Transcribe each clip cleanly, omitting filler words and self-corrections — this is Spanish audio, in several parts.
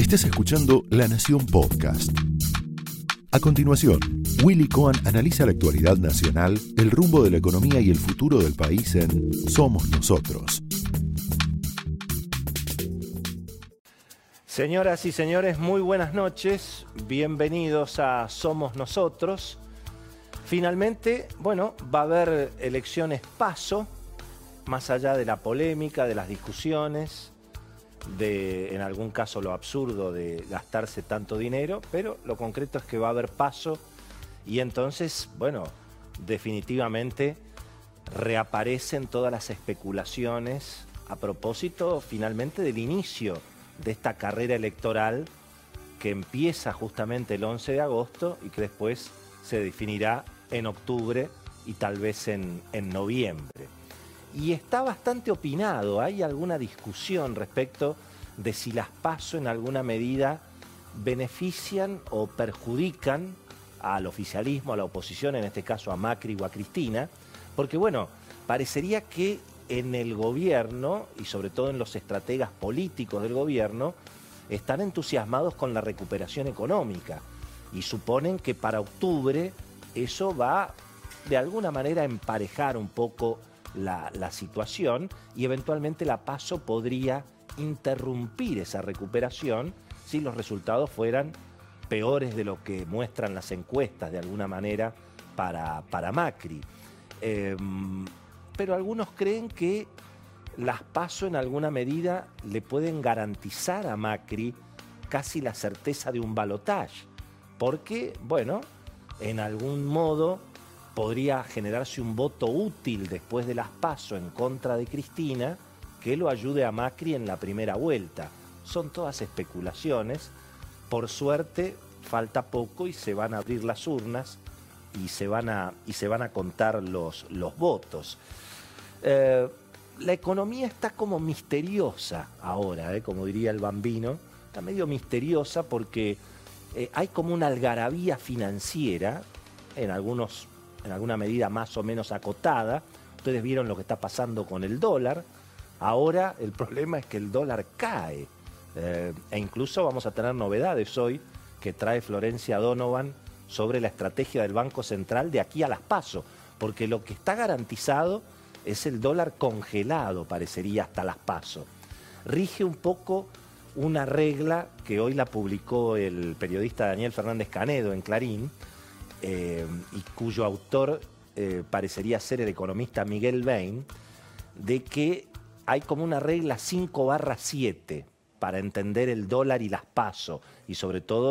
Estás escuchando La Nación Podcast. A continuación, Willy Cohen analiza la actualidad nacional, el rumbo de la economía y el futuro del país en Somos Nosotros. Señoras y señores, muy buenas noches. Bienvenidos a Somos Nosotros. Finalmente, va a haber elecciones PASO, más allá de la polémica, de las discusiones, de, en algún caso, lo absurdo de gastarse tanto dinero, pero lo concreto es que va a haber PASO y entonces, definitivamente reaparecen todas las especulaciones a propósito, finalmente, del inicio de esta carrera electoral que empieza justamente el 11 de agosto y que después se definirá en octubre y tal vez en noviembre. Y está bastante opinado, hay alguna discusión respecto de si las PASO en alguna medida benefician o perjudican al oficialismo, a la oposición, en este caso a Macri o a Cristina, porque parecería que en el gobierno y sobre todo en los estrategas políticos del gobierno están entusiasmados con la recuperación económica y suponen que para octubre eso va de alguna manera a emparejar un poco la situación y eventualmente la PASO podría interrumpir esa recuperación si los resultados fueran peores de lo que muestran las encuestas de alguna manera para Macri. Pero algunos creen que las PASO en alguna medida le pueden garantizar a Macri casi la certeza de un balotaje, porque, en algún modo podría generarse un voto útil después de las PASO en contra de Cristina que lo ayude a Macri en la primera vuelta. Son todas especulaciones. Por suerte, falta poco y se van a abrir las urnas y se van a contar los votos. La economía está como misteriosa ahora, como diría el Bambino. Está medio misteriosa porque hay como una algarabía financiera en alguna medida más o menos acotada. Ustedes vieron lo que está pasando con el dólar. Ahora el problema es que el dólar cae. E incluso vamos a tener novedades hoy que trae Florencia Donovan sobre la estrategia del Banco Central de aquí a las PASO. Porque lo que está garantizado es el dólar congelado, parecería, hasta las PASO. Rige un poco una regla que hoy la publicó el periodista Daniel Fernández Canedo en Clarín, y cuyo autor parecería ser el economista Miguel Bain, de que hay como una regla 5/7 para entender el dólar y las PASO, y sobre todo,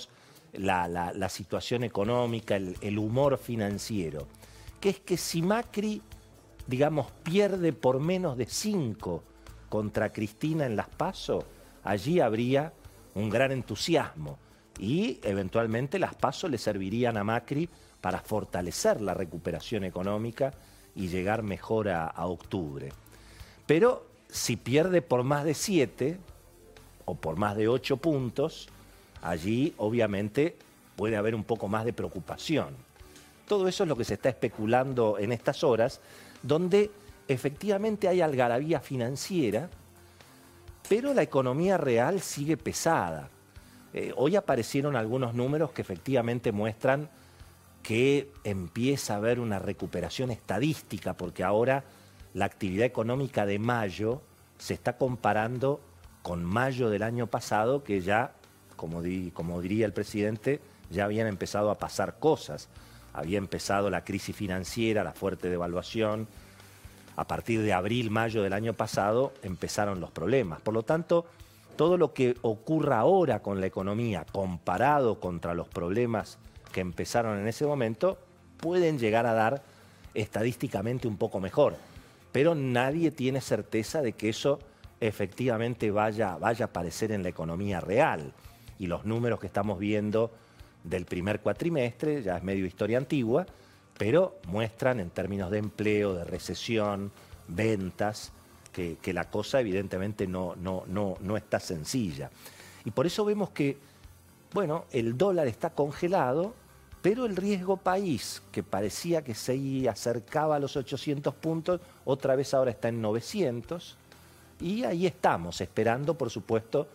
la situación económica, el humor financiero, que es que si Macri, pierde por menos de 5 contra Cristina en las PASO, allí habría un gran entusiasmo. Y eventualmente las PASO le servirían a Macri para fortalecer la recuperación económica y llegar mejor a octubre. Pero si pierde por más de 7 o por más de 8 puntos, allí obviamente puede haber un poco más de preocupación. Todo eso es lo que se está especulando en estas horas, donde efectivamente hay algarabía financiera, pero la economía real sigue pesada. Hoy aparecieron algunos números que efectivamente muestran que empieza a haber una recuperación estadística, porque ahora la actividad económica de mayo se está comparando con mayo del año pasado, que ya, como diría el presidente, ya habían empezado a pasar cosas. Había empezado la crisis financiera, la fuerte devaluación. A partir de abril, mayo del año pasado empezaron los problemas. Por lo tanto, todo lo que ocurra ahora con la economía comparado contra los problemas que empezaron en ese momento pueden llegar a dar estadísticamente un poco mejor. Pero nadie tiene certeza de que eso efectivamente vaya a aparecer en la economía real. Y los números que estamos viendo del primer cuatrimestre, ya es medio historia antigua, pero muestran en términos de empleo, de recesión, ventas, que la cosa evidentemente no está sencilla. Y por eso vemos que, el dólar está congelado, pero el riesgo país, que parecía que se acercaba a los 800 puntos, otra vez ahora está en 900, y ahí estamos, esperando, por supuesto,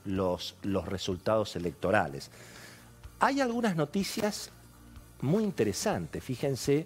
los resultados electorales. Hay algunas noticias muy interesantes, fíjense,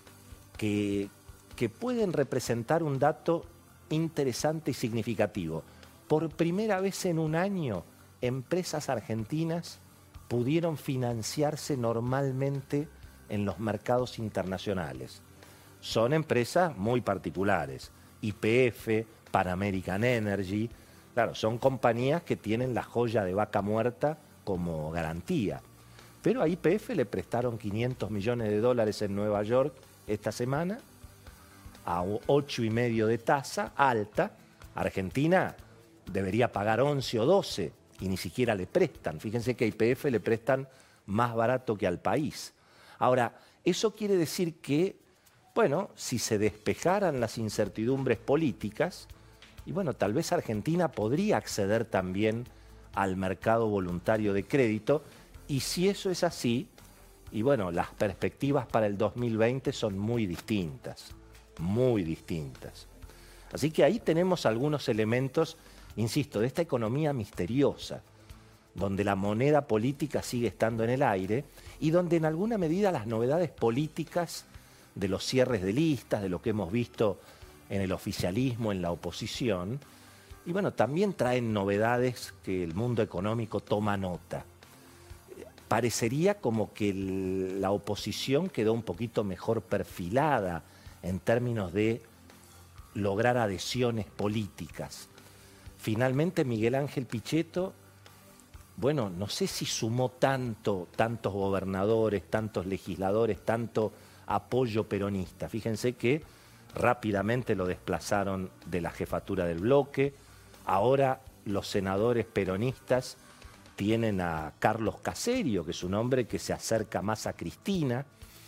que pueden representar un dato interesante y significativo. Por primera vez en un año, empresas argentinas pudieron financiarse normalmente en los mercados internacionales. Son empresas muy particulares, YPF, Pan American Energy, claro, son compañías que tienen la joya de vaca muerta como garantía. Pero a YPF le prestaron $500 millones en Nueva York esta semana, a 8,5% de tasa, alta. Argentina debería pagar 11 o 12 y ni siquiera le prestan. Fíjense que a YPF le prestan más barato que al país. Ahora, eso quiere decir que, bueno, si se despejaran las incertidumbres políticas, y bueno, tal vez Argentina podría acceder también al mercado voluntario de crédito, y si eso es así, y bueno, las perspectivas para el 2020 son muy distintas, muy distintas. Así que ahí tenemos algunos elementos, insisto, de esta economía misteriosa, donde la moneda política sigue estando en el aire y donde en alguna medida las novedades políticas de los cierres de listas, de lo que hemos visto en el oficialismo, en la oposición, y bueno, también traen novedades que el mundo económico toma nota. Parecería como que la oposición quedó un poquito mejor perfilada en términos de lograr adhesiones políticas. Finalmente Miguel Ángel Pichetto, bueno, no sé si sumó tantos gobernadores, tantos legisladores, tanto apoyo peronista. Fíjense que rápidamente lo desplazaron de la jefatura del bloque. Ahora los senadores peronistas tienen a Carlos Caserio, que es un hombre que se acerca más a Cristina.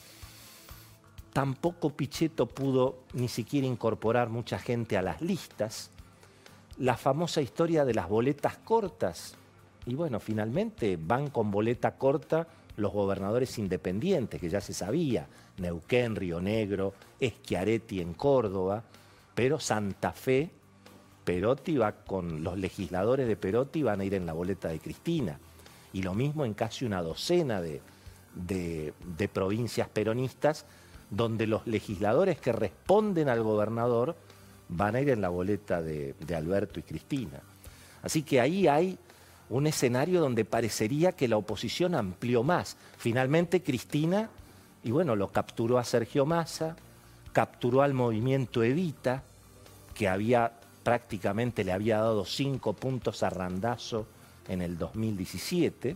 Tampoco Pichetto pudo ni siquiera incorporar mucha gente a las listas. La famosa historia de las boletas cortas. Y bueno, finalmente van con boleta corta los gobernadores independientes, que ya se sabía, Neuquén, Río Negro, Schiaretti en Córdoba, pero Santa Fe, Perotti va con los legisladores de Perotti, van a ir en la boleta de Cristina. Y lo mismo en casi una docena de provincias peronistas, donde los legisladores que responden al gobernador van a ir en la boleta de Alberto y Cristina. Así que ahí hay un escenario donde parecería que la oposición amplió más. Finalmente Cristina, y bueno, lo capturó a Sergio Massa, capturó al movimiento Evita, que prácticamente le había dado 5 puntos a Randazzo en el 2017.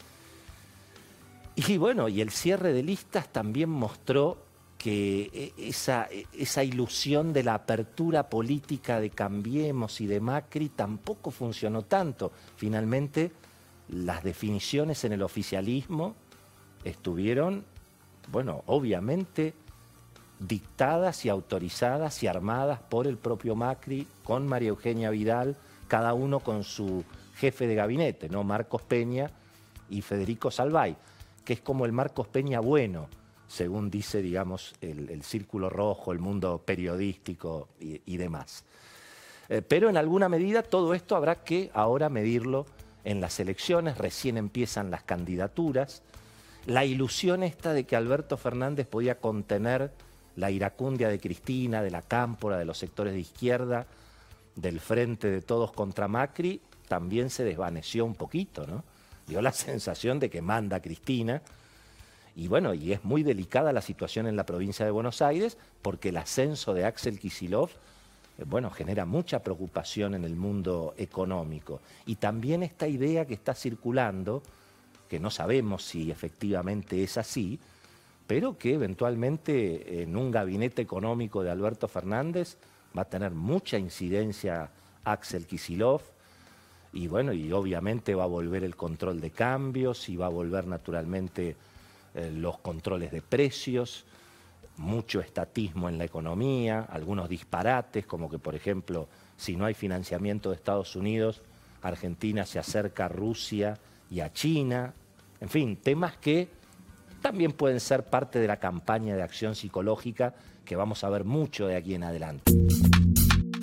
Y bueno, y el cierre de listas también mostró que esa ilusión de la apertura política de Cambiemos y de Macri tampoco funcionó tanto. Finalmente, las definiciones en el oficialismo estuvieron, bueno, obviamente dictadas y autorizadas y armadas por el propio Macri, con María Eugenia Vidal, cada uno con su jefe de gabinete, ¿no? Marcos Peña y Federico Salvay, que es como el Marcos Peña bueno, según dice, digamos, el círculo rojo, el mundo periodístico y demás. Pero en alguna medida todo esto habrá que ahora medirlo en las elecciones, recién empiezan las candidaturas. La ilusión esta de que Alberto Fernández podía contener la iracundia de Cristina, de la Cámpora, de los sectores de izquierda, del Frente de Todos contra Macri, también se desvaneció un poquito, ¿no? Dio la sensación de que manda Cristina. Y bueno, y es muy delicada la situación en la provincia de Buenos Aires porque el ascenso de Axel Kicillof, bueno, genera mucha preocupación en el mundo económico. Y también esta idea que está circulando, que no sabemos si efectivamente es así, pero que eventualmente en un gabinete económico de Alberto Fernández va a tener mucha incidencia Axel Kicillof. Y bueno, y obviamente va a volver el control de cambios y va a volver naturalmente los controles de precios, mucho estatismo en la economía, algunos disparates, como que, por ejemplo, si no hay financiamiento de Estados Unidos, Argentina se acerca a Rusia y a China. En fin, temas que también pueden ser parte de la campaña de acción psicológica que vamos a ver mucho de aquí en adelante.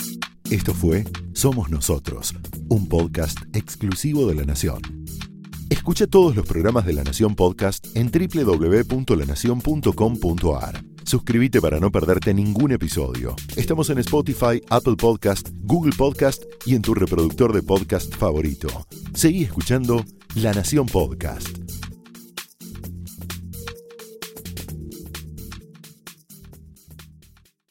Esto fue Somos Nosotros, un podcast exclusivo de La Nación. Escucha todos los programas de La Nación Podcast en www.lanacion.com.ar. Suscríbete para no perderte ningún episodio. Estamos en Spotify, Apple Podcast, Google Podcast y en tu reproductor de podcast favorito. Seguí escuchando La Nación Podcast.